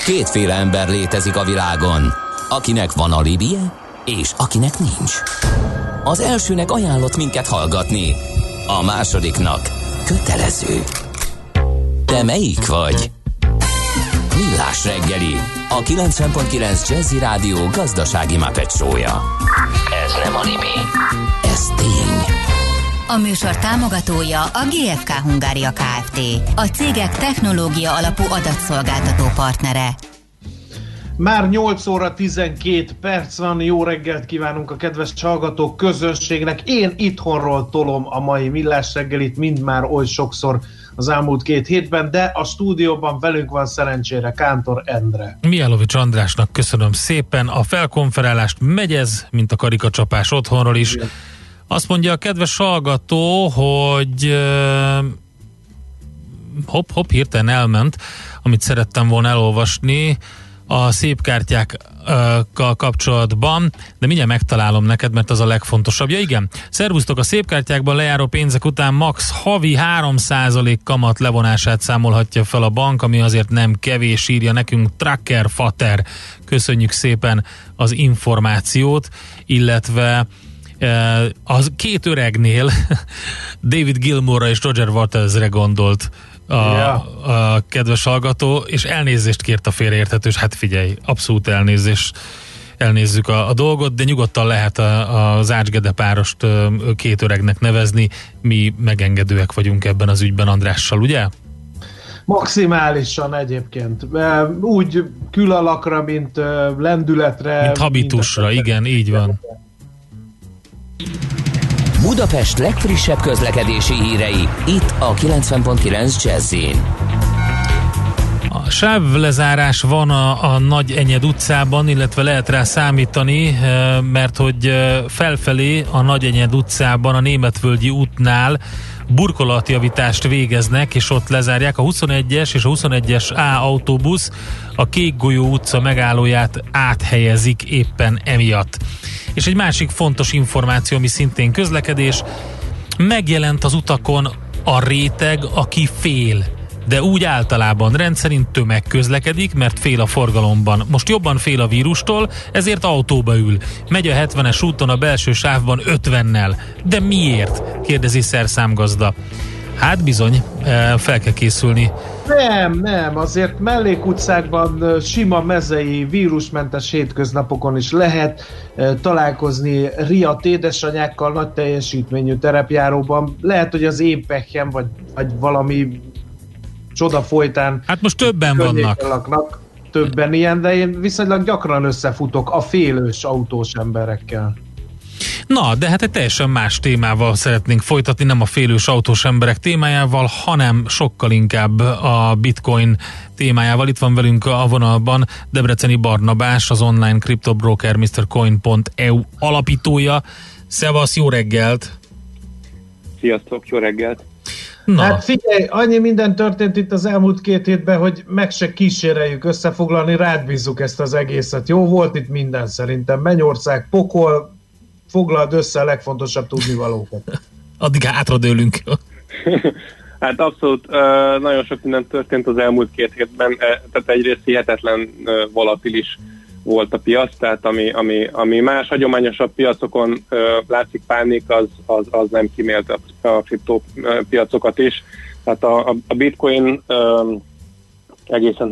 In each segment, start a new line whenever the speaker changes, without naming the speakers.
Kétféle ember létezik a világon, akinek van alibije, és akinek nincs. Az elsőnek ajánlott minket hallgatni, a másodiknak kötelező. Te melyik vagy? Millás reggeli, a 90.9 Jazzy Rádió gazdasági Muppet show-ja. Ez nem anime, ez tény.
A műsor támogatója a GFK Hungária Kft. A cégek technológia alapú adatszolgáltató partnere.
Már 8 óra 12 perc van, jó reggelt kívánunk a kedves hallgatók közönségnek. Én itthonról tolom a mai Millás reggelit, mind már oly sokszor az elmúlt 2 hétben, de a stúdióban velünk van szerencsére Kántor Endre.
Mijálovics Andrásnak köszönöm szépen. A felkonferálást megy ez, mint a karikacsapás otthonról is. Igen. Azt mondja a kedves hallgató, hogy hirtelen elment, amit szerettem volna elolvasni a szép kártyákkal kapcsolatban, de mindjárt megtalálom neked, mert az a legfontosabb. Ja igen, szervusztok, a szép kártyákban lejáró pénzek után max. havi 3% kamat levonását számolhatja fel a bank, ami azért nem kevés, írja nekünk Tracker Fater. Köszönjük szépen az információt, illetve az 2 öregnél David Gilmourra és Roger Watersre gondolt a kedves hallgató, és elnézést kért a félreérthetős. Hát figyelj, abszolút elnézzük a dolgot, de nyugodtan lehet az Ács-Gede párost 2 öregnek nevezni. Mi megengedőek vagyunk ebben az ügyben Andrással, ugye?
Maximálisan egyébként. Úgy külalakra, mint lendületre.
Mint habitusra, igen, így van.
Budapest legfrissebb közlekedési hírei, itt a 90.9 Jazz-in.
A sávlezárás van a Nagy-Enyed utcában, illetve lehet rá számítani, mert hogy felfelé a Nagy-Enyed utcában a Németvölgyi útnál burkolatjavítást végeznek, és ott lezárják. A 21-es és a 21-es A autóbusz a Kékgolyó utca megállóját áthelyezik éppen emiatt. És egy másik fontos információ, ami szintén közlekedés, megjelent az utakon a réteg, aki fél, de úgy általában rendszerint tömeg közlekedik, mert fél a forgalomban. Most jobban fél a vírustól, ezért autóba ül. Megy a 70-es úton a belső sávban 50-nel. De miért? Kérdezi szerszámgazda. Hát bizony, fel kell készülni.
Nem, azért mellékutcákban sima mezei, vírusmentes hétköznapokon is lehet találkozni riadt édesanyákkal nagy teljesítményű terepjáróban. Lehet, hogy az Épekhen vagy valami csoda folytán.
Hát most többen vannak.
Laknak, többen ilyen, de én viszonylag gyakran összefutok a félős autós emberekkel.
Na, de hát egy teljesen más témával szeretnénk folytatni, nem a félős autós emberek témájával, hanem sokkal inkább a Bitcoin témájával. Itt van velünk a vonalban Debreceni Barnabás, az online kriptobroker MrCoin.eu alapítója. Szevasz, jó reggelt!
Sziasztok, jó reggelt!
Na. Hát figyelj, annyi minden történt itt az elmúlt 2 hétben, hogy meg se kíséreljük összefoglalni, rád bízzuk ezt az egészet. Jó volt itt minden szerintem. Mennyország, pokol, foglald össze a legfontosabb tudnivalókat.
Addig hátradőlünk.
Hát abszolút, nagyon sok minden történt az elmúlt 2 hétben, tehát egyrészt hihetetlen volatilis volt a piac, tehát ami más hagyományosabb piacokon látszik pánik, az nem kímélte a kriptópiacokat is. Tehát a Bitcoin egészen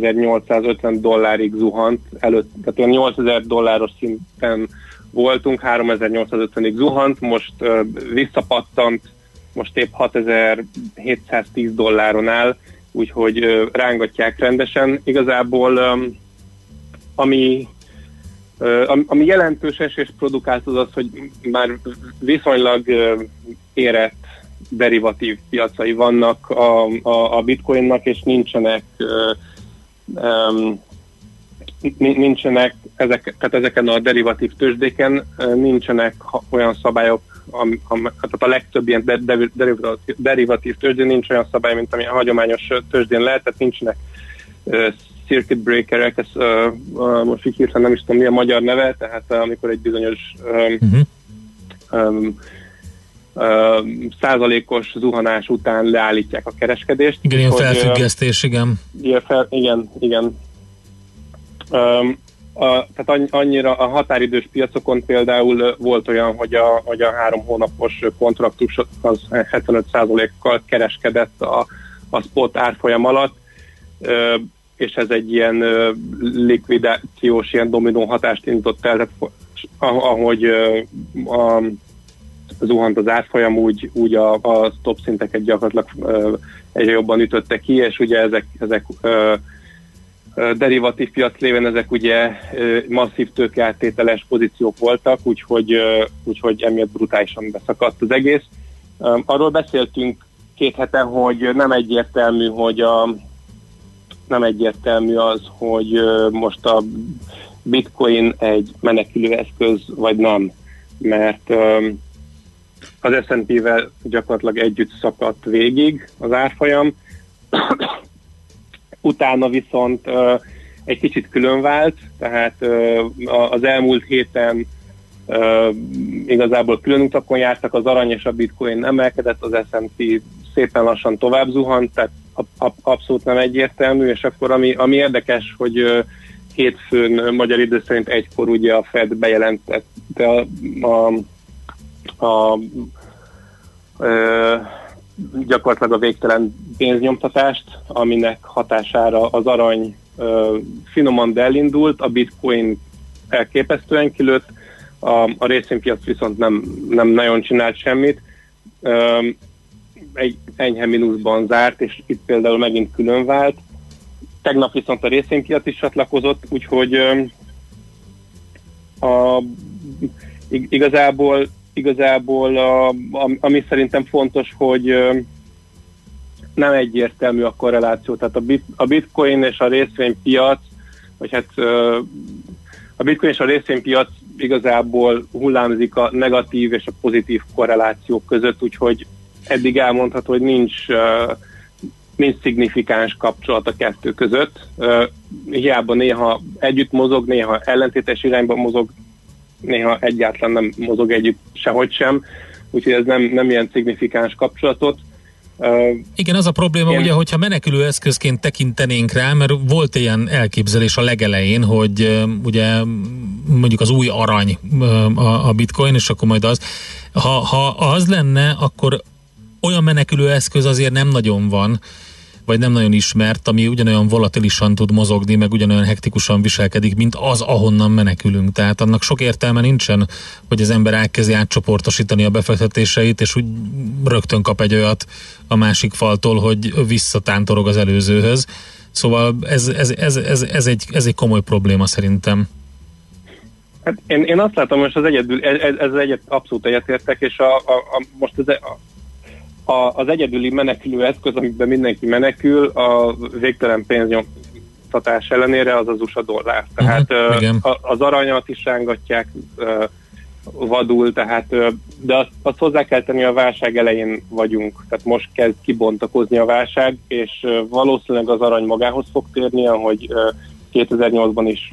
$3,850 zuhant előtt, tehát olyan $8,000 szinten voltunk, 3.850-ig zuhant, most visszapattant, most épp $6,710 áll, úgyhogy rángatják rendesen. Igazából ami jelentős esést produkált az, hogy már viszonylag érett derivatív piacai vannak a Bitcoinnak, és nincsenek tehát ezeken a derivatív tőzsdéken nincsenek olyan szabályok, tehát a legtöbb ilyen derivatív tőzsdén nincs olyan szabály, mint ami a hagyományos tőzsdén lehet, tehát nincsenek circuit breakerek, ez most így hirtelen nem is tudom mi a magyar neve, tehát amikor egy bizonyos százalékos zuhanás után leállítják a kereskedést.
Igen, ilyen felfüggesztés, igen.
Igen. Tehát annyira a határidős piacokon például volt olyan, hogy a 3 hónapos kontraktus az 75%-kal kereskedett a spot árfolyam alatt, és ez egy ilyen likvidációs, ilyen dominó hatást indított el, tehát ahogy zuhant az árfolyam, úgy a stop szinteket gyakorlatilag egyre jobban ütötte ki, és ugye ezek derivatív piac lévén ezek ugye masszív tőkeáttételes pozíciók voltak, úgyhogy emiatt brutálisan beszakadt az egész. Arról beszéltünk 2 hete, hogy nem egyértelmű az, hogy most a bitcoin egy menekülő eszköz, vagy nem, mert az S&P-vel gyakorlatilag együtt szakadt végig az árfolyam, utána viszont egy kicsit különvált, tehát az elmúlt héten igazából külön utakon jártak, az arany és a bitcoin emelkedett, az S&P szépen lassan tovább zuhant, tehát abszolút nem egyértelmű, és akkor ami érdekes, hogy hétfőn magyar idő szerint 1-kor ugye a Fed bejelentette gyakorlatilag a végtelen pénznyomtatást, aminek hatására az arany finoman, de elindult, a bitcoin elképesztően kilőtt, a részvénypiac viszont nem nagyon csinált semmit, egy enyhe mínuszban zárt, és itt például megint külön vált. Tegnap viszont a részvénypiac is csatlakozott, úgyhogy igazából ami szerintem fontos, hogy nem egyértelmű a korreláció, tehát a bitcoin és a részvénypiac, vagy hát a bitcoin és a részvénypiac igazából hullámzik a negatív és a pozitív korrelációk között, úgyhogy eddig elmondható, hogy nincs szignifikáns kapcsolat a kettő között. Hiába néha együtt mozog, néha ellentétes irányba mozog, néha egyáltalán nem mozog együtt sehogy sem, úgyhogy ez nem ilyen szignifikáns kapcsolatot.
Igen, az a probléma, ugye, hogyha menekülő eszközként tekintenénk rá, mert volt ilyen elképzelés a legelején, hogy ugye mondjuk az új arany a bitcoin, és akkor majd az. Ha az lenne, akkor olyan menekülő eszköz azért nem nagyon van, vagy nem nagyon ismert, ami ugyanolyan volatilisan tud mozogni, meg ugyanolyan hektikusan viselkedik, mint az, ahonnan menekülünk. Tehát annak sok értelme nincsen, hogy az ember elkezdi átcsoportosítani a befektetéseit, és úgy rögtön kap egy olyat a másik faltól, hogy visszatántorog az előzőhöz. Szóval ez egy komoly probléma szerintem.
Hát én azt látom, hogy abszolút egyetértek, és most az egyedüli menekülő eszköz, amiben mindenki menekül, a végtelen pénznyomtatás ellenére az USA dollár. Tehát az aranyat is rángatják vadul, tehát, de azt hozzá kell tenni, a válság elején vagyunk. Tehát most kezd kibontakozni a válság, és valószínűleg az arany magához fog térni, ahogy 2008-ban is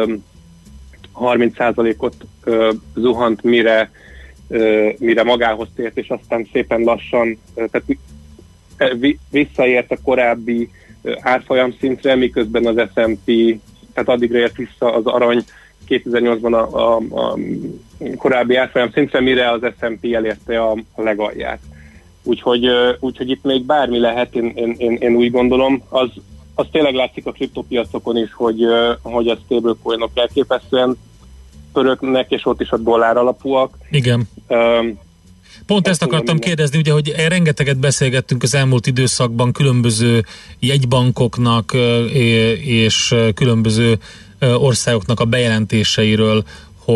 30%-ot zuhant, mire magához tért, és aztán szépen lassan tehát visszaért a korábbi árfolyam szintre, miközben az S&P, tehát addigra ért vissza az arany 2008-ban a korábbi árfolyam szintre, mire az S&P elérte a legalját. Úgyhogy itt még bármi lehet, én úgy gondolom. Az tényleg látszik a kriptopiacokon is, hogy a stablecoinok elképesztően pörögnek, és ott is a dollár alapúak.
Igen. Pont ezt akartam kérdezni, ugye, hogy rengeteget beszélgettünk az elmúlt időszakban különböző jegybankoknak és különböző országoknak a bejelentéseiről,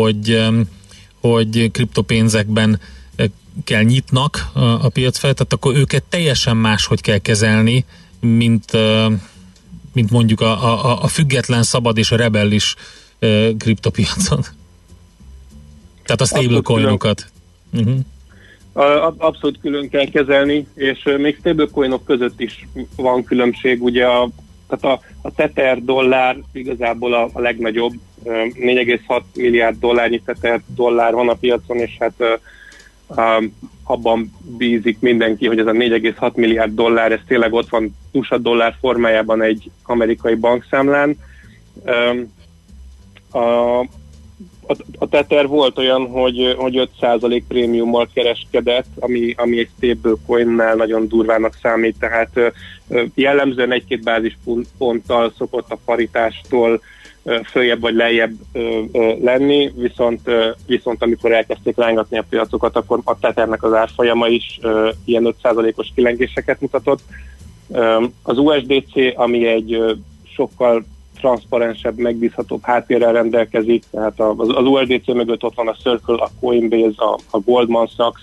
hogy kriptopénzekben kell nyitnak a piac felett, tehát akkor őket teljesen máshogy kell kezelni, mint mondjuk a független, szabad és a rebellis kriptopiacon. Tehát a stablecoinokat.
Abszolút külön kell kezelni, és még stablecoinok között is van különbség. Ugye tehát a Tether dollár igazából a legnagyobb, 4,6 milliárd dollárnyi Tether dollár van a piacon, és hát abban bízik mindenki, hogy ez a 4,6 milliárd dollár, ez tényleg ott van USA dollár formájában egy amerikai bankszámlán. a Tether volt olyan, hogy 5% prémiummal kereskedett, ami egy stablecoinnál nagyon durvának számít, tehát jellemzően 1-2 bázisponttal szokott a paritástól följebb vagy lejjebb lenni, viszont amikor elkezdték rángatni a piacokat, akkor a Tethernek az árfolyama is ilyen 5%-os kilengéseket mutatott. Az USDC, ami egy sokkal transzparensebb, megbízhatóbb háttérrel rendelkezik, tehát az USDC mögött ott van a Circle, a Coinbase, a Goldman Sachs,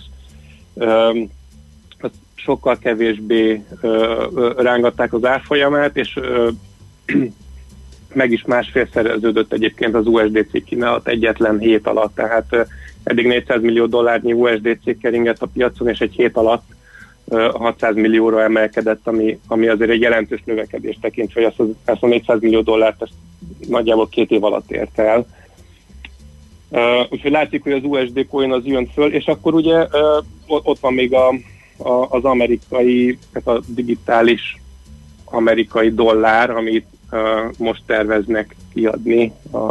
sokkal kevésbé rángatták az árfolyamát, és meg is másfélszereződött egyébként az USDC kínálat egyetlen hét alatt, tehát eddig $400 millió USDC keringett a piacon, és egy hét alatt 600 millióra emelkedett, ami azért egy jelentős növekedés tekintve, hogy ezt a $400 millió ezt nagyjából 2 év alatt érte el. Úgyhogy látszik, hogy az USD coin az jön föl, és akkor ugye ott van még az amerikai, tehát a digitális amerikai dollár, amit most terveznek kiadni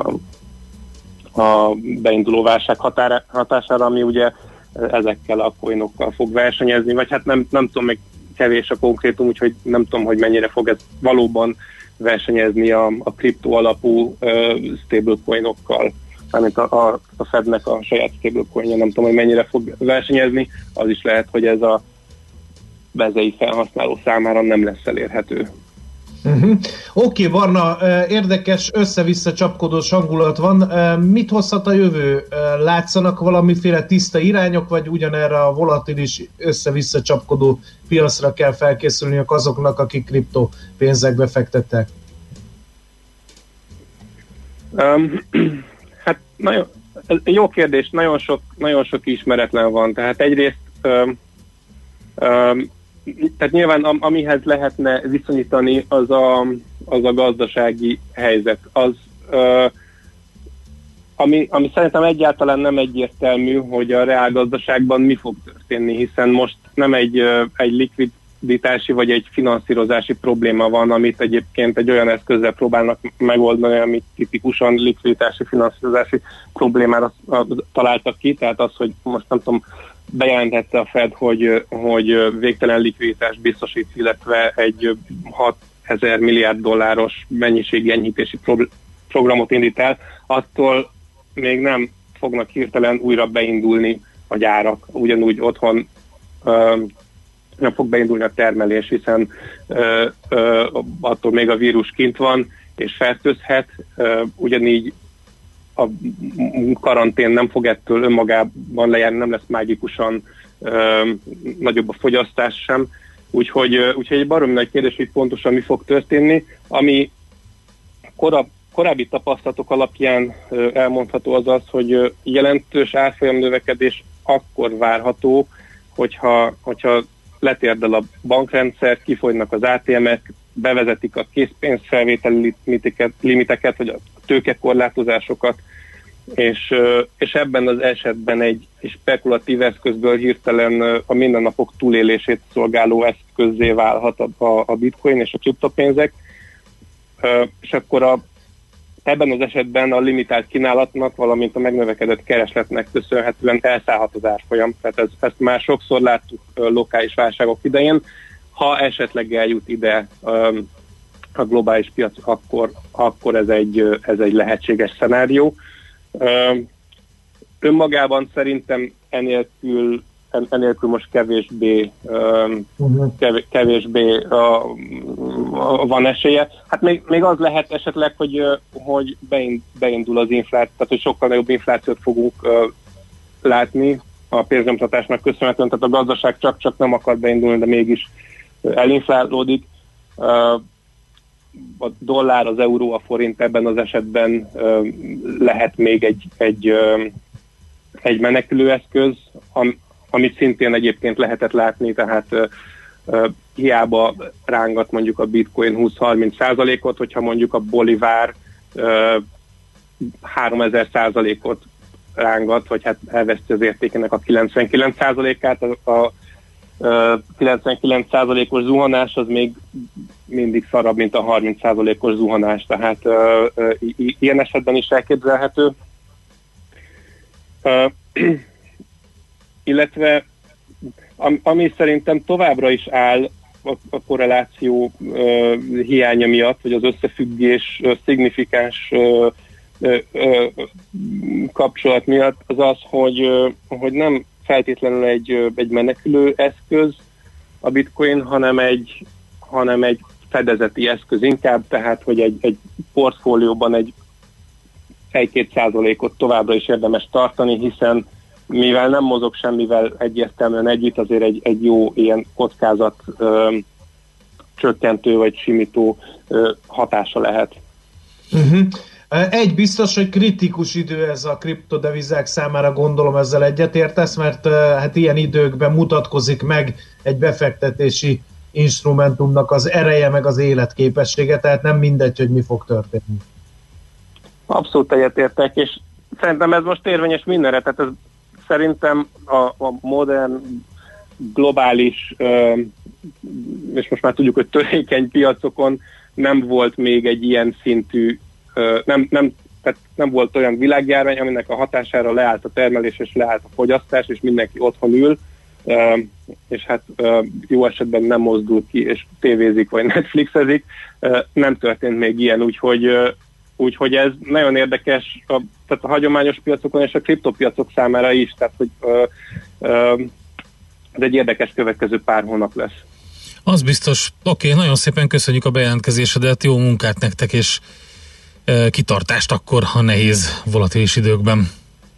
a beinduló válság hatására, ami ugye ezekkel a coinokkal fog versenyezni, vagy hát nem tudom, még kevés a konkrétum, úgyhogy nem tudom, hogy mennyire fog ez valóban versenyezni a kriptó alapú stablecoinokkal, mármint a Fednek a saját stablecoinja, nem tudom, hogy mennyire fog versenyezni, az is lehet, hogy ez a bezei felhasználó számára nem lesz elérhető.
Oké, Barna, érdekes össze-vissza csapkodós hangulat van. Mit hozhat a jövő? Látszanak valamiféle tiszta irányok, vagy ugyanerre a volatilis össze-vissza csapkodó piacra kell felkészülniük azoknak, akik kriptopénzekbe fektettek?
Hát jó kérdés, nagyon sok ismeretlen van. Tehát egyrészt tehát nyilván amihez lehetne viszonyítani, az a gazdasági helyzet. Ami szerintem egyáltalán nem egyértelmű, hogy a reálgazdaságban mi fog történni, hiszen most nem egy likviditási vagy egy finanszírozási probléma van, amit egyébként egy olyan eszközzel próbálnak megoldani, amit tipikusan likviditási, finanszírozási problémára találtak ki, tehát az, hogy most nem tudom, bejelentette a Fed, hogy végtelen likviditást biztosít, illetve egy 6000 milliárd dolláros mennyiségi enyhítési programot indít el, attól még nem fognak hirtelen újra beindulni a gyárak. Ugyanúgy otthon nem fog beindulni a termelés, hiszen attól még a vírus kint van, és fertőzhet. Ugyanígy a karantén nem fog ettől önmagában lejárni, nem lesz mágikusan nagyobb a fogyasztás sem. Úgyhogy egy baromi nagy kérdés, hogy pontosan mi fog történni. Ami korábbi tapasztalatok alapján elmondható az, hogy jelentős árfolyam növekedés akkor várható, hogyha letérdel a bankrendszer, kifogynak az ATM-ek, bevezetik a készpénzfelvételi limiteket, vagy a tőkekorlátozásosokat, és ebben az esetben egy spekulatív eszközből hirtelen a mindennapok túlélését szolgáló eszközzé válhat a bitcoin és a kriptopénzek, és akkor ebben az esetben a limitált kínálatnak, valamint a megnövekedett keresletnek köszönhetően elszállhat az árfolyam. Tehát ezt már sokszor láttuk lokális válságok idején. Ha esetleg eljut ide a globális piac, akkor ez egy lehetséges szenárió. Önmagában szerintem enélkül most kevésbé van esélye. Hát még az lehet esetleg, hogy beindul az infláció, tehát hogy sokkal nagyobb inflációt fogunk látni a pénznyomtatásnak köszönhetően, tehát a gazdaság csak nem akar beindulni, de mégis elinflálódik. A dollár, az euró, a forint ebben az esetben lehet még egy menekülőeszköz, amit szintén egyébként lehetett látni, tehát hiába rángat mondjuk a bitcoin 20-30%-ot, hogyha mondjuk a bolivár 3000%-ot rángat, vagy hát elveszti az értékének a 99%-át, 99%-os zuhanás az még mindig szarabb, mint a 30%-os zuhanás, tehát ilyen esetben is elképzelhető. Illetve ami szerintem továbbra is áll a korreláció hiánya miatt, vagy az összefüggés szignifikáns kapcsolat miatt, az az, hogy nem feltétlenül egy menekülő eszköz a bitcoin, hanem egy fedezeti eszköz inkább, tehát hogy egy portfólióban 1-2%-ot továbbra is érdemes tartani, hiszen mivel nem mozog semmivel egyértelműen együtt, azért egy jó ilyen kockázat csökkentő vagy simító hatása lehet.
Egy biztos, hogy kritikus idő ez a kriptodevizák számára, gondolom ezzel egyetértesz, mert hát ilyen időkben mutatkozik meg egy befektetési instrumentumnak az ereje, meg az életképessége, tehát nem mindegy, hogy mi fog történni.
Abszolút egyetértek, és szerintem ez most érvényes mindenre, tehát ez szerintem a modern, globális, és most már tudjuk, hogy törékeny piacokon nem volt még egy ilyen szintű, tehát nem volt olyan világjárvány, aminek a hatására leállt a termelés és leállt a fogyasztás, és mindenki otthon ül, és hát jó esetben nem mozdul ki, és tévézik, vagy Netflixezik. Nem történt még ilyen, úgyhogy ez nagyon érdekes tehát a hagyományos piacokon és a kriptopiacok számára is, tehát hogy ez egy érdekes következő pár hónap lesz.
Az biztos. Oké, nagyon szépen köszönjük a bejelentkezésedet, jó munkát nektek, és kitartást akkor a nehéz volatilis időkben.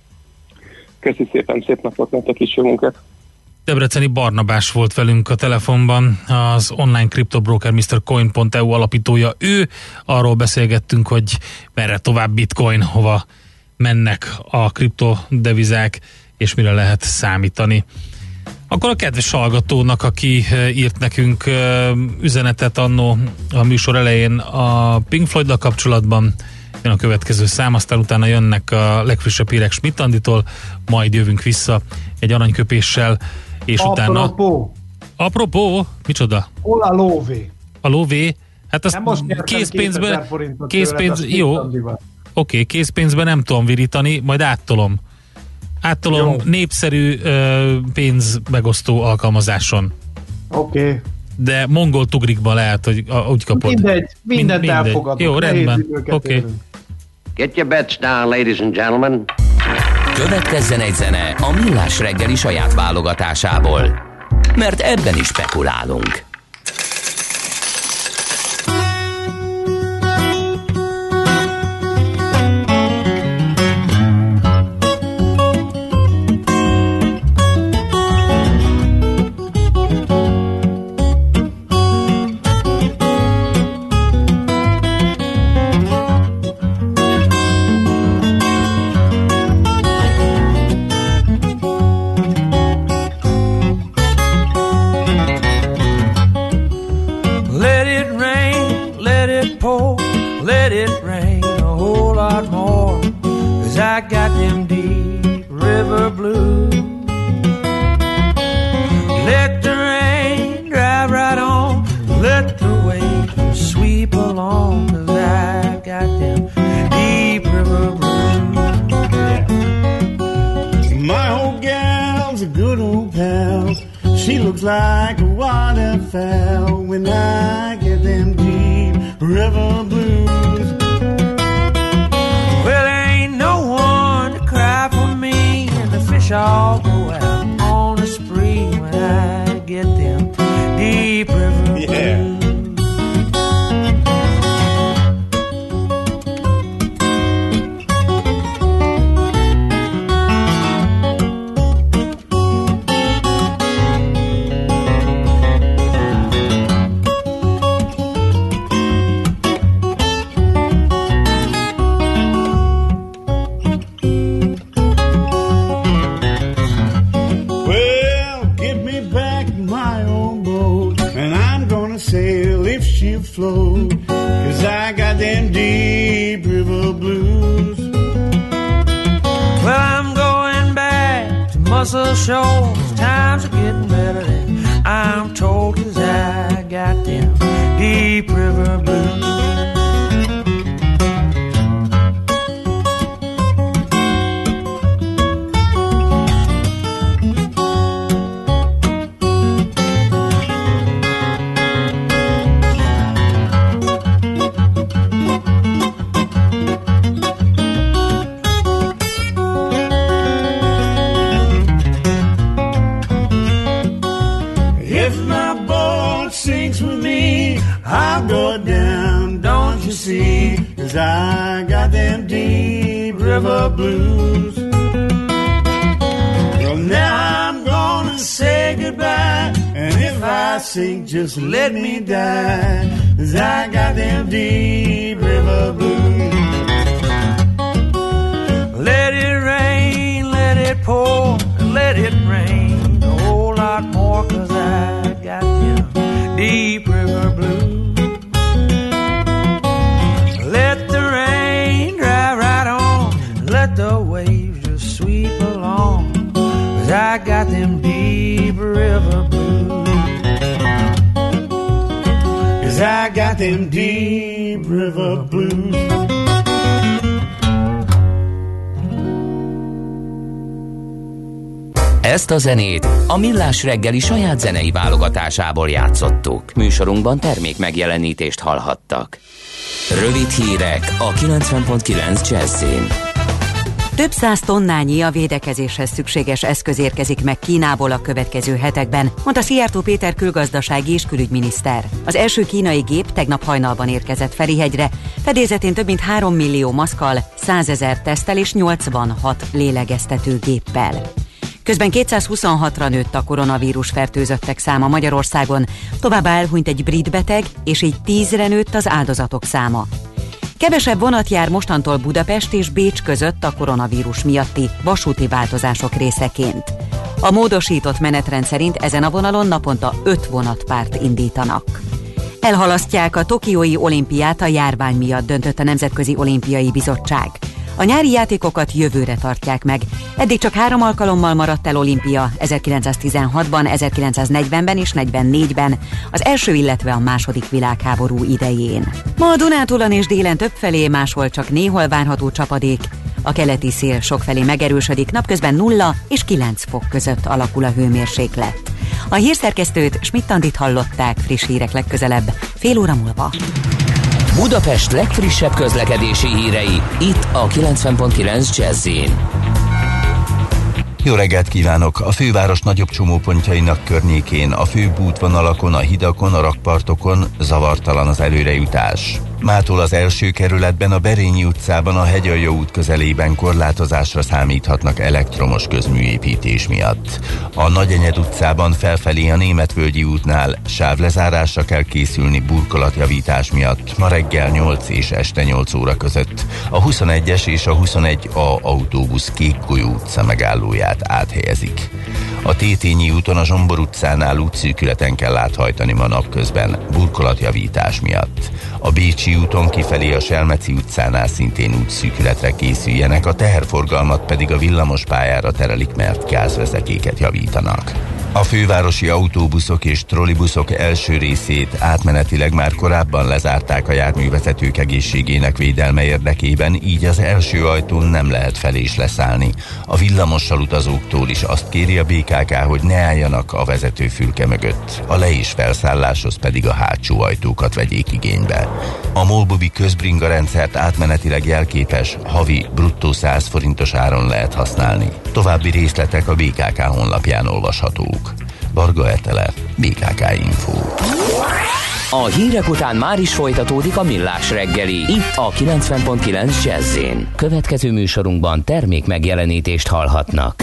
Köszi szépen, szép napot nektek is, jó munkát!
Debreceni Barnabás volt velünk a telefonban, az online kriptobroker MrCoin.eu alapítója. Ő, arról beszélgettünk, hogy merre tovább bitcoin, hova mennek a kriptodevizák, és mire lehet számítani. Akkor a kedves hallgatónak, aki írt nekünk üzenetet annó a műsor elején a Pink Floyddal kapcsolatban, jön a következő szám, aztán utána jönnek a legfrissebb hírek Schmidt-Anditól, majd jövünk vissza egy aranyköpéssel, és utána... Apropó, micsoda?
Hol a lóvé?
A lóvé? Hát azt készpénzben... Jó, oké, készpénzben nem tudom virítani, majd áttolom. Áttolom népszerű pénzmegosztó alkalmazáson.
Oké.
De mongol tugrikban lehet, hogy úgy kapod.
Mindent elfogadok.
Jó, rendben. Oké.
Get your bets down, ladies and gentlemen.
Következzen egy zene a Millás reggeli saját válogatásából, mert ebben is spekulálunk.
Muscle shoals, times are getting better and I'm told, 'cause I got them deep river blues. Cause I got them deep river blues. Well, now I'm gonna say goodbye, and if I sink, just let me die. Cause I got them deep river blues. Let it rain, let it pour, let it rain a whole lot more. Cause I got them deep river blues. Let the waves just sweep along, 'cause I got them deep river blues. 'Cause I got them deep river blues.
Ezt a zenét a Millás reggeli saját zenei válogatásából játszottuk. Műsorunkban termék megjelenítést hallhattak. Rövid hírek a 90.9 Jazzyn.
Több száz tonnányi a védekezéshez szükséges eszköz érkezik meg Kínából a következő hetekben, mondta Szijjártó Péter külgazdasági és külügyminiszter. Az első kínai gép tegnap hajnalban érkezett Ferihegyre, fedélzetén több mint 3 millió maszkkal, 100 000 teszttel és 86 lélegeztető géppel. Közben 226-ra nőtt a koronavírus fertőzöttek száma Magyarországon, továbbá elhunyt egy brit beteg, és így 10-re nőtt az áldozatok száma. Kevesebb vonat jár mostantól Budapest és Bécs között a koronavírus miatti vasúti változások részeként. A módosított menetrend szerint ezen a vonalon naponta 5 vonatpárt indítanak. Elhalasztják a tokiói olimpiát a járvány miatt, döntött a Nemzetközi Olimpiai Bizottság. A nyári játékokat jövőre tartják meg. Eddig csak 3 alkalommal maradt el olimpia, 1916-ban, 1940-ben és 44-ben, az első, illetve a második világháború idején. Ma a Dunántúlon és délen többfelé, máshol csak néhol várható csapadék. A keleti szél sokfelé megerősödik, napközben 0 és 9 fok között alakul a hőmérséklet. A hírszerkesztőt, Schmidt-Andit hallották, friss hírek legközelebb, fél óra múlva.
Budapest legfrissebb közlekedési hírei, itt a 90.9 Jazzyn.
Jó reggelt kívánok! A főváros nagyobb csomópontjainak környékén, a főbb útvonalakon, a hidakon, a rakpartokon zavartalan az előrejutás. Mától az első kerületben, a Berényi utcában, a Hegyalja út közelében korlátozásra számíthatnak elektromos közműépítés miatt. A Nagyenyed utcában felfelé a Németvölgyi útnál sávlezárásra kell készülni burkolatjavítás miatt ma reggel 8 és este 8 óra között. A 21-es és a 21A autóbusz Kékgolyó utca megállóját áthelyezik. A Tétényi úton a Zsombor utcánál útszűkületen kell áthajtani ma napközben burkolatjavítás miatt. A Bécsi úton kifelé a Selmeci utcánál szintén útszűkületre készüljenek, a teherforgalmat pedig a villamospályára terelik, mert gázvezetéket javítanak. A fővárosi autóbuszok és trollibuszok első részét átmenetileg már korábban lezárták a járművezetők egészségének védelme érdekében, így az első ajtón nem lehet fel és leszállni. A villamossal utazóktól is azt kéri a BKK, hogy ne álljanak a vezetőfülke mögött, a le- és felszálláshoz pedig a hátsó ajtókat vegyék igénybe. A Molbubi közbringa rendszert átmenetileg jelképes, havi bruttó 100 forintos áron lehet használni. További részletek a BKK honlapján olvashatók. Varga Etele, BKK Info.
A hírek után már is folytatódik a Millás reggeli, itt a 90.9 Jazzyn. Következő műsorunkban termék megjelenítést hallhatnak.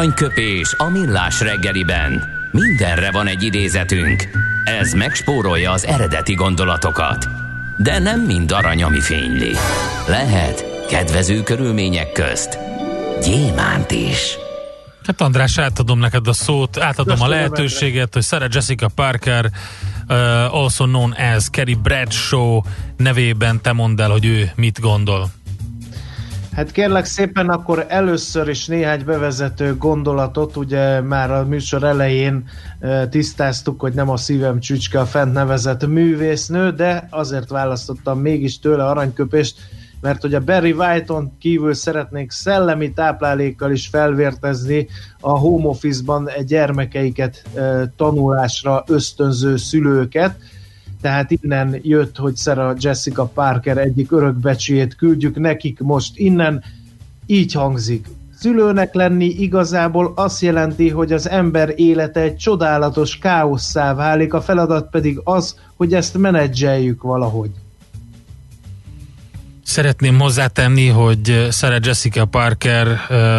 Aranyköpés a millás reggeliben. Mindenre van egy idézetünk. Ez megspórolja az eredeti gondolatokat. De nem mind arany, ami fényli. Lehet kedvező körülmények közt gyémánt is.
Hát András, átadom neked a szót, átadom a lehetőséget, hogy Sarah Jessica Parker, also known as Carrie Bradshaw nevében te mondd el, hogy ő mit gondol.
Hát kérlek szépen, akkor először is néhány bevezető gondolatot, ugye már a műsor elején tisztáztuk, hogy nem a szívem csücske a fent nevezett művésznő, de azért választottam mégis tőle aranyköpést, mert hogy a Barry White-on kívül szeretnék szellemi táplálékkal is felvértezni a home office-ban gyermekeiket tanulásra ösztönző szülőket. Tehát innen jött, hogy Sarah Jessica Parker egyik örökbecsét küldjük nekik most innen. Így hangzik. Szülőnek lenni igazából azt jelenti, hogy az ember élete egy csodálatos káosszá válik, a feladat pedig az, hogy ezt menedzseljük valahogy.
Szeretném hozzátenni, hogy Sarah Jessica Parker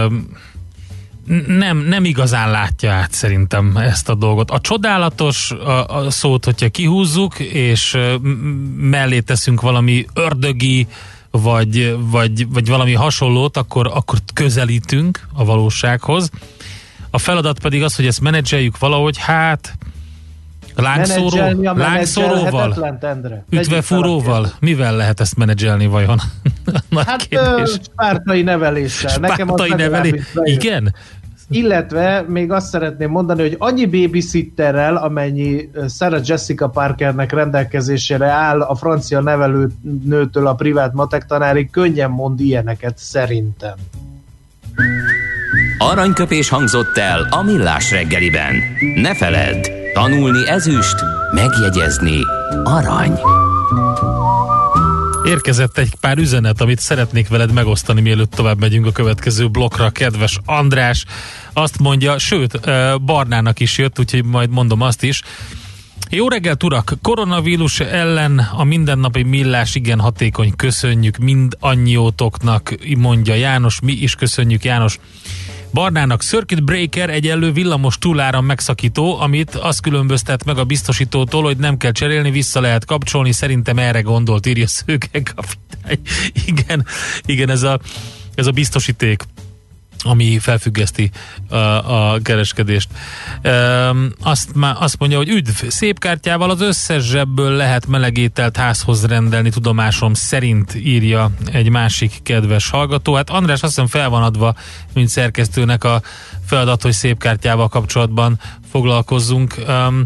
nem igazán látja át szerintem ezt a dolgot. A csodálatos a szót, hogyha kihúzzuk, és mellé teszünk valami ördögi, vagy valami hasonlót, akkor közelítünk a valósághoz. A feladat pedig az, hogy ezt menedzseljük valahogy, hát lángszóróval, ütvefúróval, mivel lehet ezt menedzselni vajon?
Hát spártai neveléssel.
Spártai nevelés, igen?
Illetve még azt szeretném mondani, hogy annyi babysitterrel, amennyi Sarah Jessica Parkernek rendelkezésére áll a francia nevelőnőtől a privát matek tanárig, könnyen mond ilyeneket szerintem.
Aranyköpés hangzott el a millás reggeliben. Ne feledd, tanulni ezüst, megjegyezni arany.
Érkezett egy pár üzenet, amit szeretnék veled megosztani, mielőtt tovább megyünk a következő blokkra. Kedves András azt mondja, sőt, Barnának is jött, úgyhogy majd mondom azt is. Jó reggelt, urak! Koronavírus ellen a mindennapi millás igen hatékony, köszönjük mindannyiótoknak, mondja János, mi is köszönjük, János. Barnának Circuit Breaker egyenlő villamos túláram megszakító, amit azt különböztet meg a biztosítótól, hogy nem kell cserélni, vissza lehet kapcsolni, szerintem erre gondolt, írja Szőke kapitány. Igen, ez a biztosíték, ami felfüggeszti a kereskedést. Azt mondja, hogy üdv, szép kártyával az összes zsebből lehet melegételt házhoz rendelni, tudomásom szerint, írja egy másik kedves hallgató. Hát András, azt hiszem fel van adva, mint szerkesztőnek a feladat, hogy szép kártyával kapcsolatban foglalkozzunk.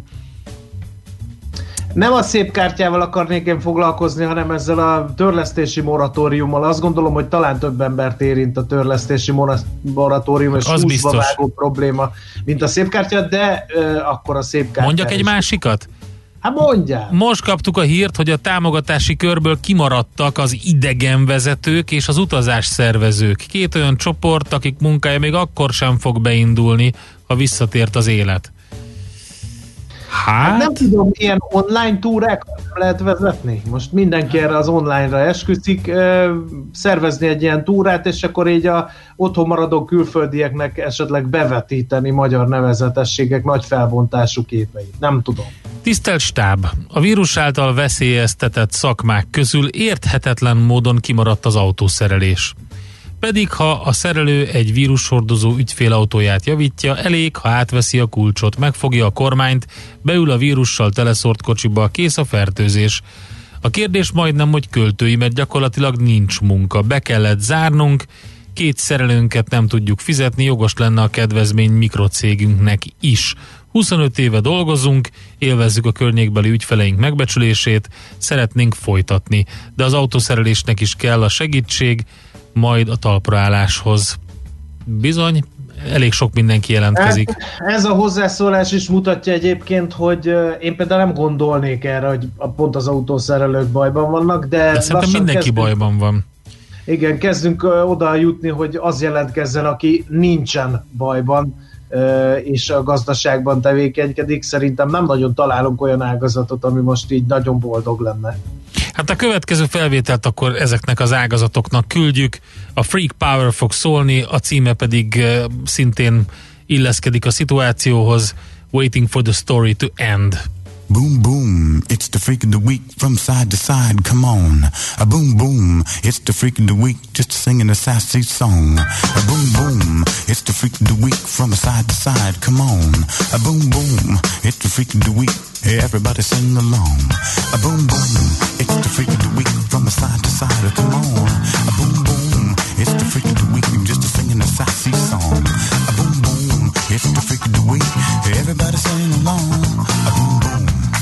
Nem a szép kártyával akarnék én foglalkozni, hanem ezzel a törlesztési moratóriummal. Azt gondolom, hogy talán több embert érint a törlesztési moratórium, és húszba vágó probléma, mint a szép kártya, de akkor a szép kártya.
Mondjak egy másikat?
Hát mondjál!
Most kaptuk a hírt, hogy a támogatási körből kimaradtak az idegenvezetők és az utazásszervezők. Két olyan csoport, akik munkája még akkor sem fog beindulni, ha visszatért az élet.
Hát nem tudom, ilyen online túrákat lehet vezetni. Most mindenki erre az online-ra esküszik, szervezni egy ilyen túrát, és akkor így a otthon maradó külföldieknek esetleg bevetíteni magyar nevezetességek nagy felbontású képeit. Nem tudom.
Tisztelt stáb! A vírus által veszélyeztetett szakmák közül érthetetlen módon kimaradt az autószerelés. Pedig ha a szerelő egy vírushordozó ügyfélautóját javítja, elég, ha átveszi a kulcsot, megfogja a kormányt, beül a vírussal teleszórt kocsiba, kész a fertőzés. A kérdés majdnem, hogy költői, mert gyakorlatilag nincs munka. Be kellett zárnunk, 2 szerelőnket nem tudjuk fizetni, jogos lenne a kedvezmény mikrocégünknek is. 25 éve dolgozunk, élvezzük a környékbeli ügyfeleink megbecsülését, szeretnénk folytatni, de az autószerelésnek is kell a segítség, majd a talpraálláshoz. Bizony, elég sok mindenki jelentkezik.
Ez a hozzászólás is mutatja egyébként, hogy én például nem gondolnék erre, hogy pont az autószerelők bajban vannak, de
szerintem mindenki bajban van.
Igen, kezdünk oda jutni, hogy az jelentkezzen, aki nincsen bajban, és a gazdaságban tevékenykedik. Szerintem nem nagyon találunk olyan ágazatot, ami most így nagyon boldog lenne.
Hát a következő felvételt akkor ezeknek az ágazatoknak küldjük. A Freak Power fog szólni, a címe pedig szintén illeszkedik a szituációhoz. Waiting for the story to end.
Boom, boom, it's the freak of the week from side to side, come on. A boom, boom, it's the freak of the week just singing a sassy song. A boom, boom, it's the freak of the week from side to side, come on. A boom, boom, it's the freak of the week, hey, everybody sing along. A boom, boom, it's the freak of the week from side to side, come on. A boom, boom, it's the freak of the week just singing a sassy song. A boom, boom, it's the freak of the week, hey, everybody sing along. A boom, boom.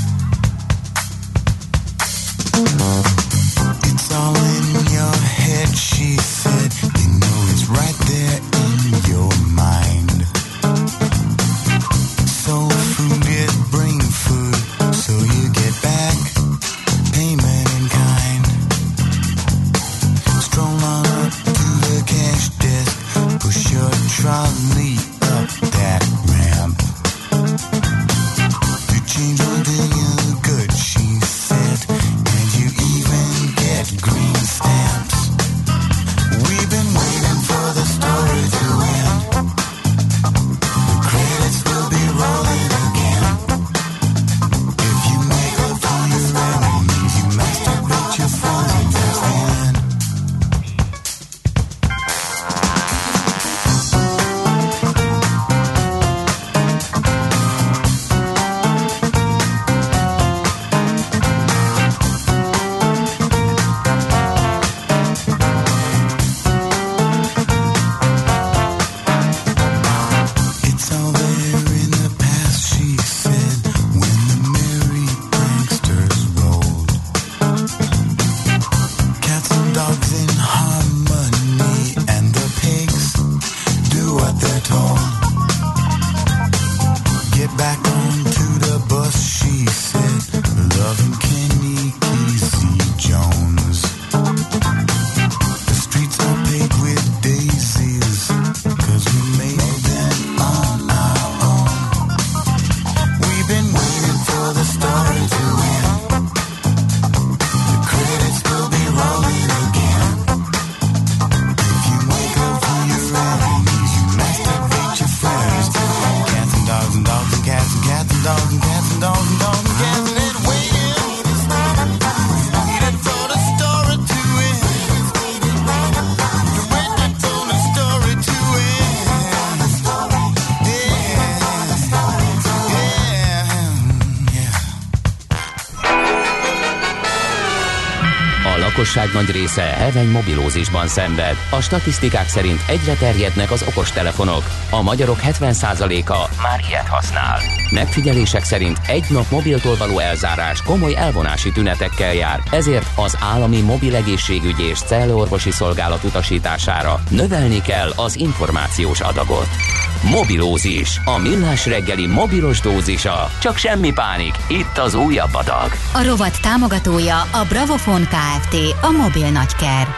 It's all in your head, she said. You know it's right there in your mind. Soul food is brain food, so you get back payment in kind. Stroll on up to the cash desk, push your trolley up that ramp. To change will do you good, she said. Green stamps. We've been waiting for the story to end. The credits will be rolling again. If you make up for your enemies, you masturbate your friends and just then.
Nagy része heveny mobilózisban szenved. A statisztikák szerint egyre terjednek az okostelefonok. A magyarok 70%-a már ilyet használ. Megfigyelések szerint egy nap mobiltól való elzárás komoly elvonási tünetekkel jár, ezért az állami mobilegészségügyi és cellorvosi szolgálat utasítására növelni kell az információs adagot. Mobilózis, a millás reggeli mobilos dózisa. Csak semmi pánik, itt az újabb adag.
A rovat támogatója a Bravofon Kft., a mobil nagyker.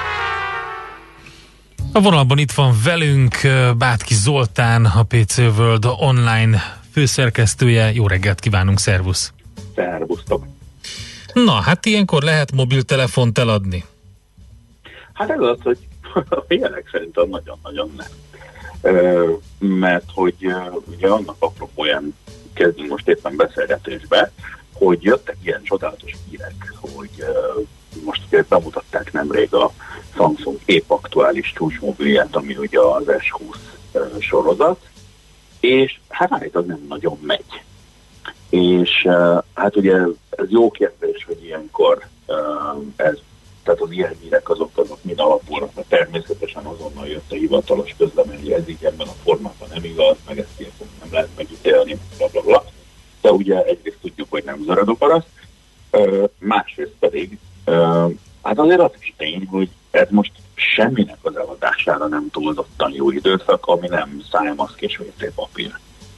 A vonalban itt van velünk Bátki Zoltán, a PC World online főszerkesztője. Jó reggelt kívánunk, szervusz!
Szervusztok!
Na, hát ilyenkor lehet mobiltelefont eladni?
Hát ez az, hogy a ilyenek szerintem nagyon-nagyon nem. Mert hogy ugye annak apropóján kezdünk most éppen beszélgetésbe, hogy jöttek ilyen csodálatos hírek, hogy most ugye bemutatták nemrég a Samsung épp aktuális csúcsmobilját, ami ugye az S20 sorozat, és hát állítólag nem nagyon megy. És hát ugye ez jó kérdés, hogy ilyenkor ez, tehát az ilyen hírek azok mind alapulnak, mert természetesen azonnal jött a hivatalos közlemény, hogy ez így ebben a formában nem igaz, meg ezt ilyenkor nem lehet megítélni, blablabla. De ugye egyrészt tudjuk, hogy nem zörög a paraszt, másrészt pedig hát azért az is tény, hogy ez most semminek az eladására nem túlzottan jó időszak, ami nem szájmaszk és WC-papír.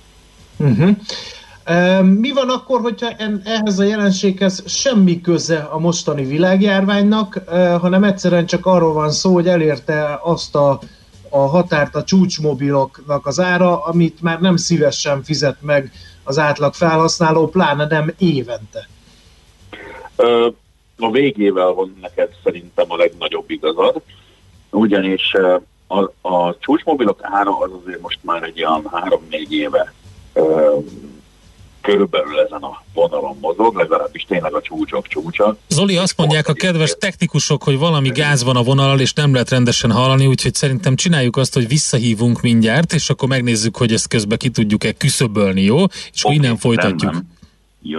Mi van akkor, hogyha ehhez a jelenséghez semmi köze a mostani világjárványnak, hanem egyszerűen csak arról van szó, hogy elérte azt a határt a csúcsmobiloknak az ára, amit már nem szívesen fizet meg az átlag felhasználó, pláne nem évente?
a végével van neked szerintem a legnagyobb igazad, ugyanis a csúcsmobilok ára az azért most már egy olyan 3-4 éve körülbelül ezen a vonalon mozog, legalábbis tényleg a csúcsok csúcsa.
Zoli, azt mondják a kedves technikusok, hogy valami gáz van a vonalon, és nem lehet rendesen hallani, úgyhogy szerintem csináljuk azt, hogy visszahívunk mindjárt, és akkor megnézzük, hogy ezt közben ki tudjuk-e küszöbölni, jó? És akkor innen folytatjuk.
Jó.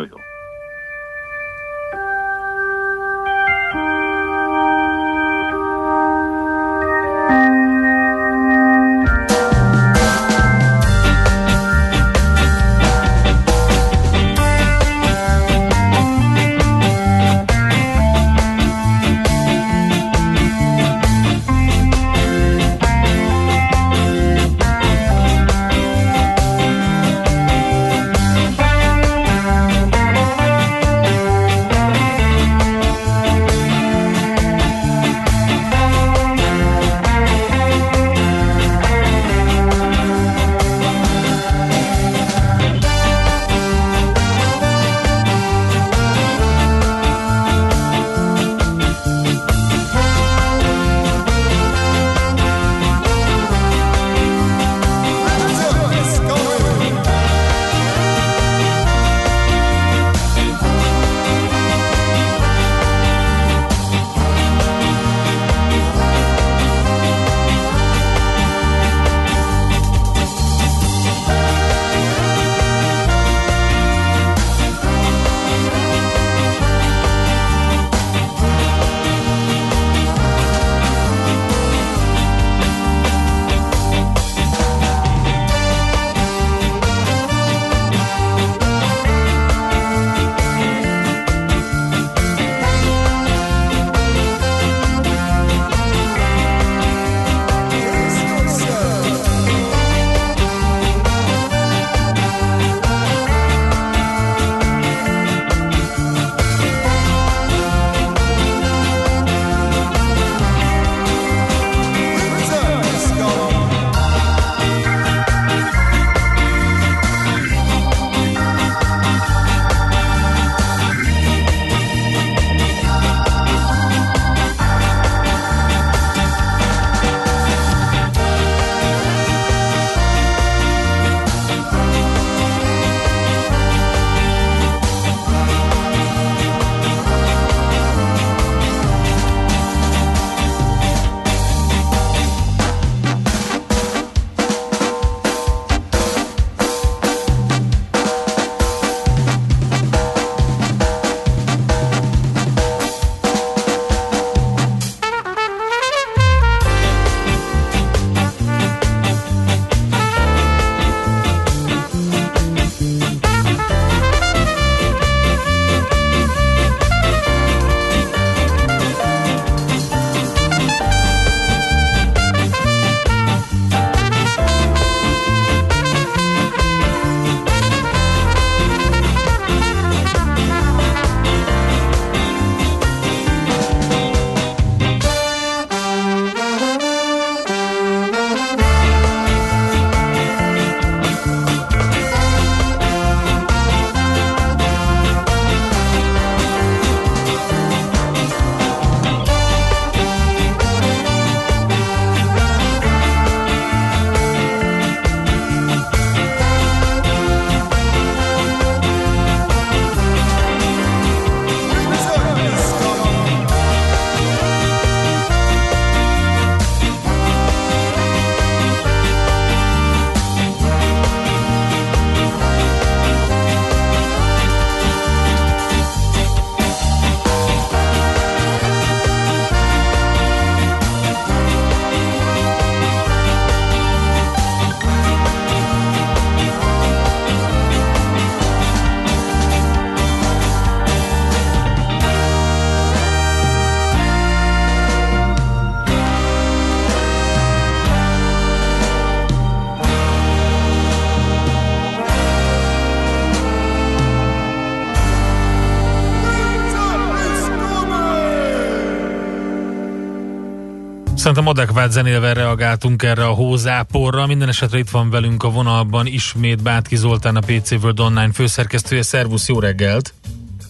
Szerintem adekvát zenével reagáltunk erre a hózáporra. Minden esetre itt van velünk a vonalban ismét Bátki Zoltán, a PC World Online főszerkesztője. Szervusz, jó reggelt!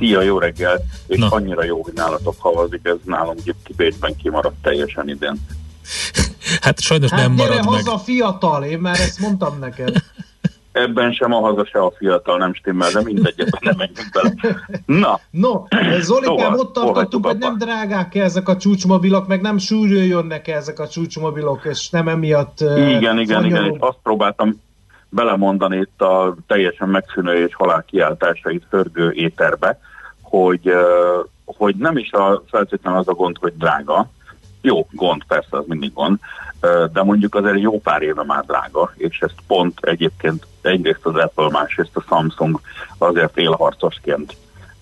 Szia, jó reggel, és annyira jó, hogy nálatok havazik, ez nálunk Bécsben kimaradt teljesen idén.
Hát sajnos nem marad meg.
Haza fiatal, én már ezt mondtam neked.
Ebben sem a haza, se a fiatal nem stimmel, de mindegy, ebben nem menjünk bele.
No, Zolikám, ott tartottunk, hogy nem drágák ezek a csúcsmobilok, meg nem súlyról jönnek ezek a csúcsmobilok, és nem emiatt...
Igen, és azt próbáltam belemondani itt a teljesen megszűnő és halálkiáltásait förgő éterbe, hogy nem is feltétlenül az a gond, hogy drága. Jó, gond, persze, az mindig gond, de mondjuk azért jó pár éve már drága, és ezt pont egyébként egyrészt az Apple, másrészt a Samsung azért élharcosként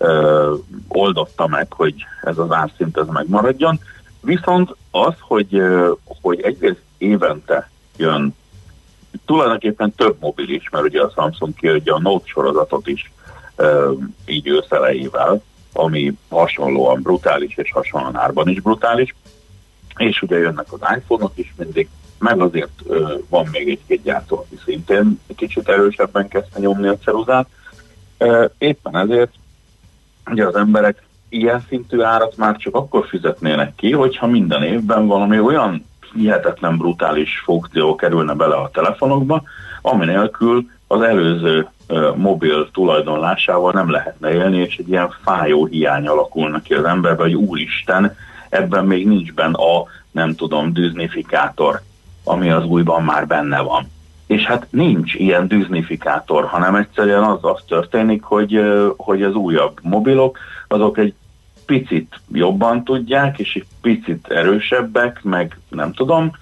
oldotta meg, hogy ez az árszint ez megmaradjon. Viszont az, hogy egyrészt évente jön tulajdonképpen több mobil is, mert ugye a Samsung kiadja a Note sorozatot is így őszelejével, ami hasonlóan brutális, és hasonlóan árban is brutális, és ugye jönnek az iPhone-ok is mindig, meg azért van még egy-két gyártó, aki szintén kicsit erősebben kezdte nyomni a ceruzát. Éppen ezért ugye az emberek ilyen szintű árat már csak akkor fizetnének ki, hogyha minden évben valami olyan hihetetlen brutális funkció kerülne bele a telefonokba, ami nélkül az előző mobil tulajdonlásával nem lehetne élni, és egy ilyen fájó hiány alakulna ki az emberbe, hogy úristen, ebben még nincs benne a, nem tudom, dűznifikátor, ami az újban már benne van. És hát nincs ilyen dűznifikátor, hanem egyszerűen az történik, hogy az újabb mobilok, azok egy picit jobban tudják, és egy picit erősebbek, meg nem tudom,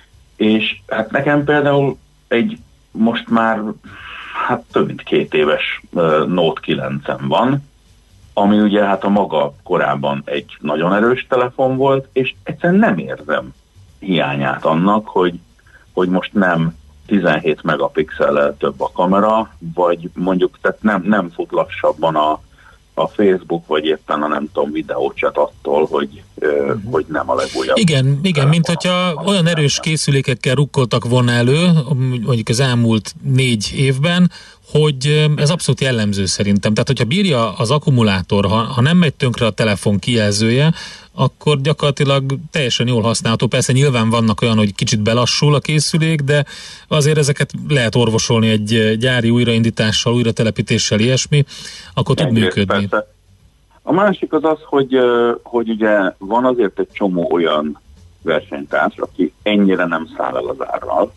és hát nekem például egy most már több mint 2 éves Note 9-em van, ami ugye hát a maga korában egy nagyon erős telefon volt, és egyszerűen nem érzem hiányát annak, hogy most nem 17 megapixellel több a kamera, vagy mondjuk tehát nem fut lassabban a Facebook, vagy éppen a nem tudom, videóchat attól, hogy nem a legújabb.
Igen, mint hogyha olyan erős készülékekkel rukkoltak volna elő, mondjuk az elmúlt 4 évben, hogy ez abszolút jellemző szerintem. Tehát, hogyha bírja az akkumulátor, ha nem megy tönkre a telefon kijelzője, akkor gyakorlatilag teljesen jól használható. Persze nyilván vannak olyan, hogy kicsit belassul a készülék, de azért ezeket lehet orvosolni egy gyári újraindítással, újratelepítéssel, ilyesmi, akkor tud működni.
Persze. A másik az, hogy ugye van azért egy csomó olyan versenytárs, aki ennyire nem száll el az árral,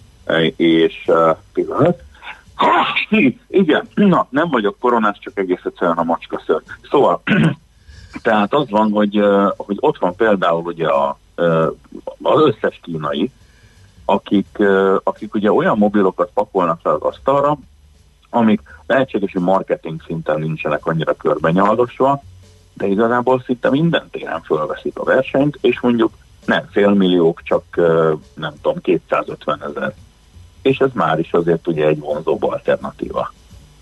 és igen, nem vagyok koronás, csak egész egyszerűen a macskaszőr. Szóval, tehát az van, hogy ott van például ugye az összes kínai, akik ugye olyan mobilokat pakolnak fel az asztalra, amik lehetséges, hogy marketing szinten nincsenek annyira körbenyaldosva, de igazából szinte minden téren fölveszik a versenyt, és mondjuk nem félmilliók, csak nem tudom, 250 000. És ez már is azért ugye egy vonzóbb alternatíva.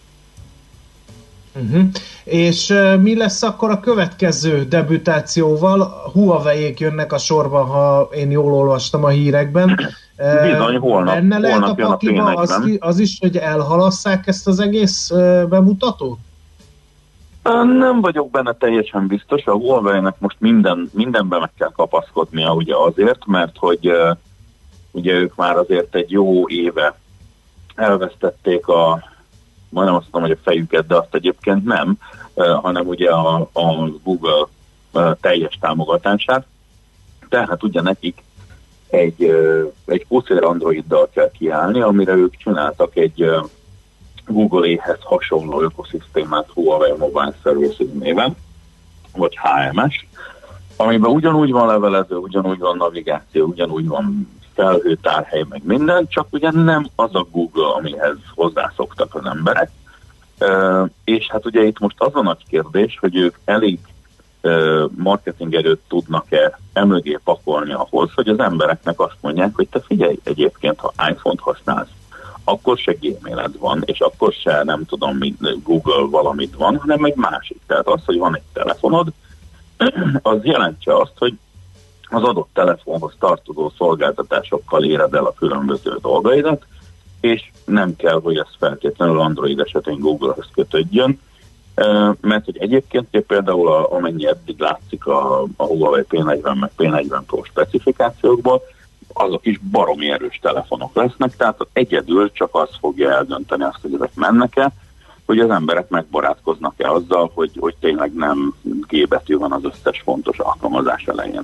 És mi lesz akkor a következő debütációval? Huawei-ék jönnek a sorba, ha én jól olvastam a hírekben.
Bizony, holnap
lehet a pakliba az is, hogy elhalasszák ezt az egész bemutatót?
Nem vagyok benne teljesen biztos. A Huawei-nek most mindenben meg kell kapaszkodnia ugye azért, mert hogy ugye ők már azért egy jó éve elvesztették majdnem azt mondom, hogy a fejüket, de azt egyébként nem, hanem ugye a Google teljes támogatását. Tehát ugye nekik egy puszér Androiddal kell kiállni, amire ők csináltak egy Google-éhez hasonló ökoszisztémát Huawei Mobile Services néven, vagy HMS, amiben ugyanúgy van levelező, ugyanúgy van navigáció, ugyanúgy van felhőtárhely, meg minden, csak ugye nem az a Google, amihez hozzászoktak az emberek. És hát ugye itt most az a nagy kérdés, hogy ők elég marketing erőt tudnak-e emögé pakolni ahhoz, hogy az embereknek azt mondják, hogy te figyelj, egyébként, ha iPhone-t használsz, akkor se Gmailed van, és akkor se nem tudom, Google valamit van, hanem egy másik. Tehát az, hogy van egy telefonod, az jelentse azt, hogy az adott telefonhoz tartozó szolgáltatásokkal éred el a különböző dolgaidat, és nem kell, hogy ez feltétlenül Android esetén Google-höz kötődjön, Mert hogy egyébként ugye például amennyi eddig látszik a Huawei P40 meg P40 Pro specifikációkból, azok is baromi erős telefonok lesznek, tehát egyedül csak az fogja eldönteni azt, hogy ezek mennek-e, hogy az emberek megbarátkoznak-e azzal, hogy tényleg nem G betű van az összes fontos alkalmazás elején.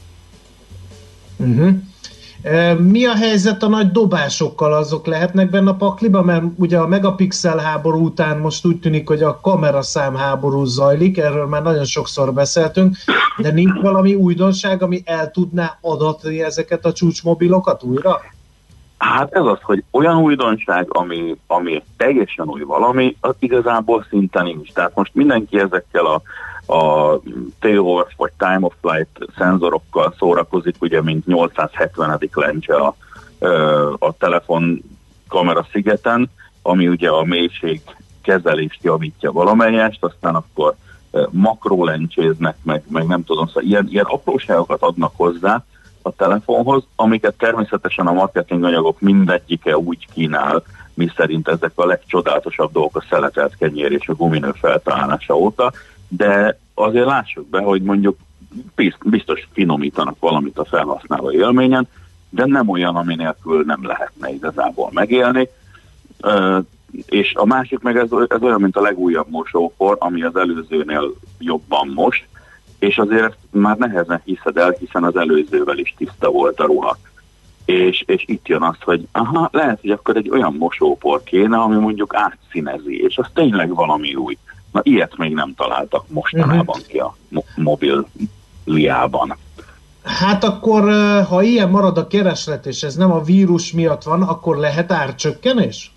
Mi a helyzet a nagy dobásokkal, azok lehetnek benne a pakliba? Mert ugye a megapixel háború után most úgy tűnik, hogy a kameraszám háború zajlik, erről már nagyon sokszor beszéltünk, de nincs valami újdonság, ami el tudná adatni ezeket a csúcsmobilokat újra?
Hát ez az, hogy olyan újdonság, ami teljesen új valami, az igazából szinte nincs. Tehát most mindenki ezekkel a TOF vagy Time of Flight szenzorokkal szórakozik, ugye mint 870. lencse a telefon kamera szigeten, ami ugye a mélység kezelést javítja valamelyest, aztán akkor makrolencséznek, meg nem tudom, szóval ilyen apróságokat adnak hozzá a telefonhoz, amiket természetesen a marketinganyagok mindegyike úgy kínál, miszerint ezek a legcsodálatosabb dolgok a szeletelt kenyér és a guminő feltalálása óta, de azért lássuk be, hogy mondjuk biztos finomítanak valamit a felhasználó élményen, de nem olyan, ami nélkül nem lehetne igazából megélni. És a másik meg ez olyan, mint a legújabb mosófor, ami az előzőnél jobban most, és azért már nehezen hiszed el, hiszen az előzővel is tiszta volt a ruha. És itt jön az, hogy lehet, hogy akkor egy olyan mosópor kéne, ami mondjuk átszínezi, és az tényleg valami új. Na, ilyet még nem találtak mostanában ki a mobiliában.
Hát akkor, ha ilyen marad a kereslet, és ez nem a vírus miatt van, akkor lehet árcsökkenés?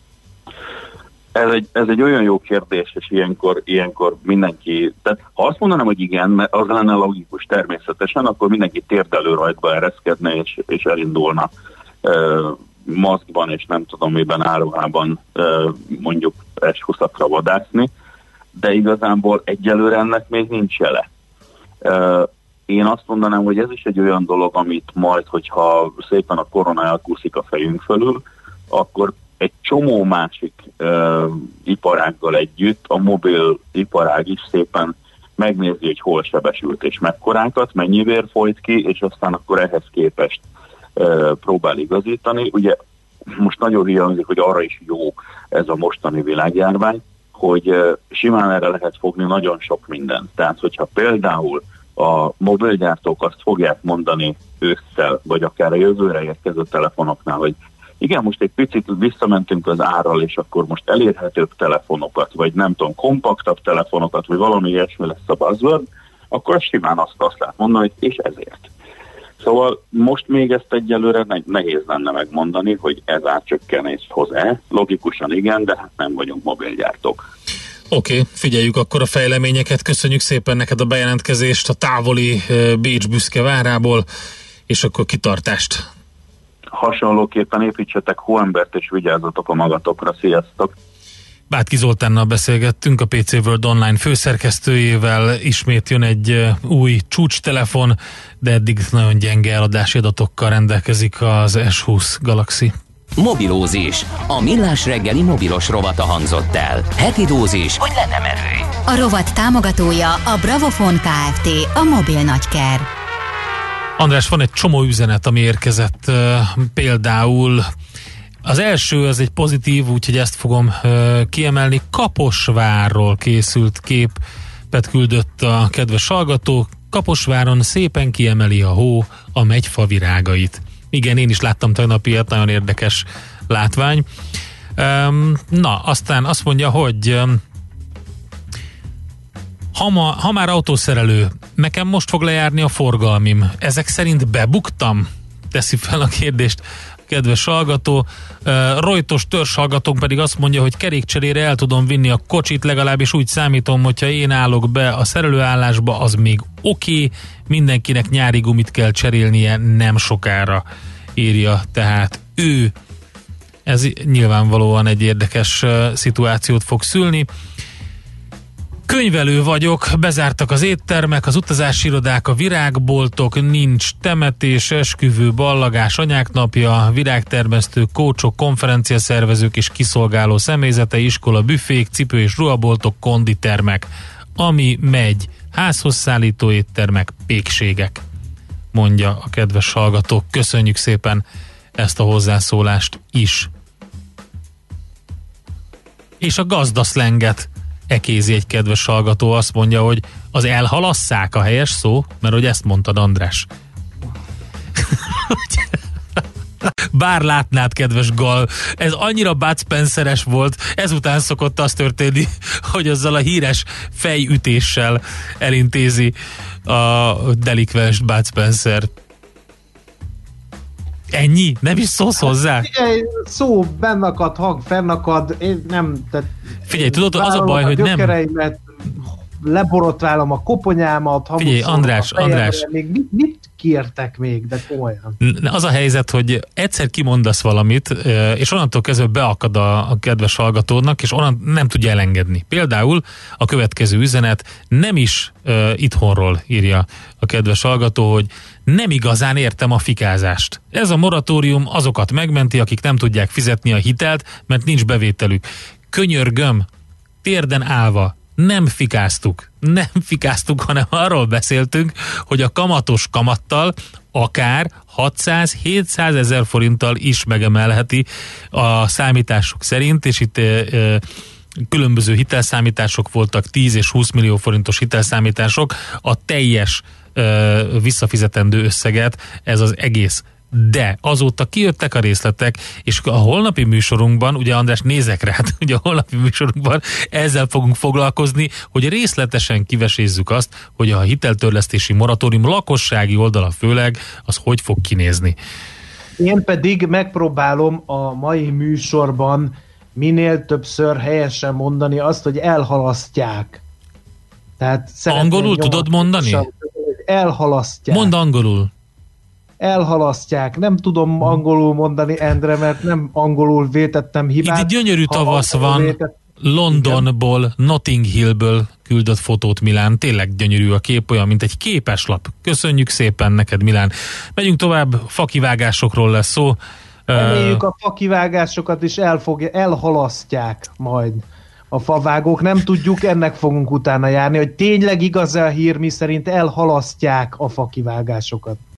Ez egy olyan jó kérdés, és ilyenkor mindenki, tehát ha azt mondanám, hogy igen, mert az lenne logikus természetesen, akkor mindenki térdelő rajtba ereszkedne, és elindulna maszkban, és nem tudom miben áruhában mondjuk S20-akra vadászni, de igazából egyelőre ennek még nincs jele. Én azt mondanám, hogy ez is egy olyan dolog, amit majd, hogyha szépen a korona elkúszik a fejünk fölül, akkor egy csomó másik iparággal együtt a mobil iparág is szépen megnézi, hogy hol sebesült és mekkorákat, mennyi vér folyt ki, és aztán akkor ehhez képest próbál igazítani. Ugye most nagyon hiányzik, hogy arra is jó ez a mostani világjárvány, hogy simán erre lehet fogni nagyon sok mindent. Tehát, hogyha például a mobilgyártók azt fogják mondani ősszel, vagy akár a jövőre érkező telefonoknál, hogy igen, most egy picit visszamentünk az árral, és akkor most elérhetőbb telefonokat, vagy nem tudom, kompaktabb telefonokat, vagy valami ilyesmi lesz a buzzword, akkor simán azt lehet mondani, hogy és ezért. Szóval most még ezt egyelőre nehéz lenne megmondani, hogy ez árcsökkenést hoz-e. Logikusan igen, de hát nem vagyunk mobilgyártók.
Oké, figyeljük akkor a fejleményeket. Köszönjük szépen neked a bejelentkezést a távoli Bécs büszke várából, és akkor kitartást.
Hasonlóképpen építsetek hóembert, és vigyázzatok a magatokra. Sziasztok!
Bátki Zoltánnal beszélgettünk, a PC World Online főszerkesztőjével. Ismét jön egy új csúcstelefon, de eddig nagyon gyenge eladási adatokkal rendelkezik az S20 Galaxy.
Mobilózis. A millás reggeli mobilos rovata hangzott el. Heti dózis, hogy lenne merő.
A rovat támogatója a Bravofon Kft. A mobil nagyker.
András, van egy csomó üzenet, ami érkezett, például az első, az egy pozitív, úgyhogy ezt fogom kiemelni. Kaposvárról készült képet küldött a kedves hallgató. Kaposváron szépen kiemeli a hó a megyfa virágait. Igen, én is láttam tegnap ilyet, nagyon érdekes látvány. Na, aztán azt mondja, hogy ha már autószerelő, nekem most fog lejárni a forgalmim. Ezek szerint bebuktam? Teszi fel a kérdést a kedves hallgató. Rojtos törzshallgatónk pedig azt mondja, hogy kerékcserére el tudom vinni a kocsit, legalábbis úgy számítom, hogyha én állok be a szerelőállásba, az még oké. Mindenkinek nyári gumit kell cserélnie nem sokára, írja tehát ő. Ez nyilvánvalóan egy érdekes szituációt fog szülni. Könyvelő vagyok, bezártak az éttermek, az utazási irodák, a virágboltok, nincs temetés, esküvő, ballagás, anyák napja, virágtermesztők, kócsok, konferenciaszervezők és kiszolgáló személyzete, iskola, büfék, cipő- és ruhaboltok, konditermek. Ami megy, házhoz szállító éttermek, pékségek, mondja a kedves hallgató. Köszönjük szépen ezt a hozzászólást is. És a gazdaszlenget ekézi egy kedves hallgató, azt mondja, hogy az elhalasszák a helyes szó, mert hogy ezt mondtad, András. Bár látnád, kedves Gal, ez annyira Bud Spencer-es volt, ezután szokott az történni, hogy azzal a híres fejütéssel elintézi a delikvens Bud Spencer. Ennyi? Nem is szólsz hozzá?
Figyelj, szó bennakad, hang fennakad, én nem...
Figyelj, tudod, az a baj, hogy nem...
Leborotválom a koponyámat,
figyelj, András.
Még mit kértek még, de komolyan.
Az a helyzet, hogy egyszer kimondasz valamit, és onnantól kezdve beakad a kedves hallgatónak, és onnan nem tudja elengedni. Például a következő üzenet nem is itthonról írja a kedves hallgató, hogy nem igazán értem a fikázást. Ez a moratórium azokat megmenti, akik nem tudják fizetni a hitelt, mert nincs bevételük. Könyörgöm, térden állva, nem fikáztuk, hanem arról beszéltünk, hogy a kamatos kamattal akár 600-700 ezer forinttal is megemelheti a számítások szerint, és itt különböző hitelszámítások voltak, 10 és 20 millió forintos hitelszámítások, a teljes visszafizetendő összeget, ez az egész. De azóta kijöttek a részletek, és a holnapi műsorunkban, ugye András, nézek rád, ugye a holnapi műsorunkban ezzel fogunk foglalkozni, hogy részletesen kivesézzük azt, hogy a hiteltörlesztési moratórium lakossági oldala főleg, az hogy fog kinézni.
Én pedig megpróbálom a mai műsorban minél többször helyesen mondani azt, hogy elhalasztják. Tehát
angolul tudod mondani?
Elhalasztják.
Mondd angolul.
Elhalasztják. Nem tudom angolul mondani, Endre, mert nem angolul vétettem hibát.
Itt gyönyörű tavasz van, Londonból, Notting Hillből küldött fotót Milán. Tényleg gyönyörű a kép, olyan, mint egy képeslap. Köszönjük szépen neked, Milán. Megyünk tovább, fakivágásokról lesz szó.
Reméljük a fakivágásokat is elhalasztják majd a favágók. Nem tudjuk, ennek fogunk utána járni, hogy tényleg igaz a hír, mi szerint elhalasztják a fakivágásokat.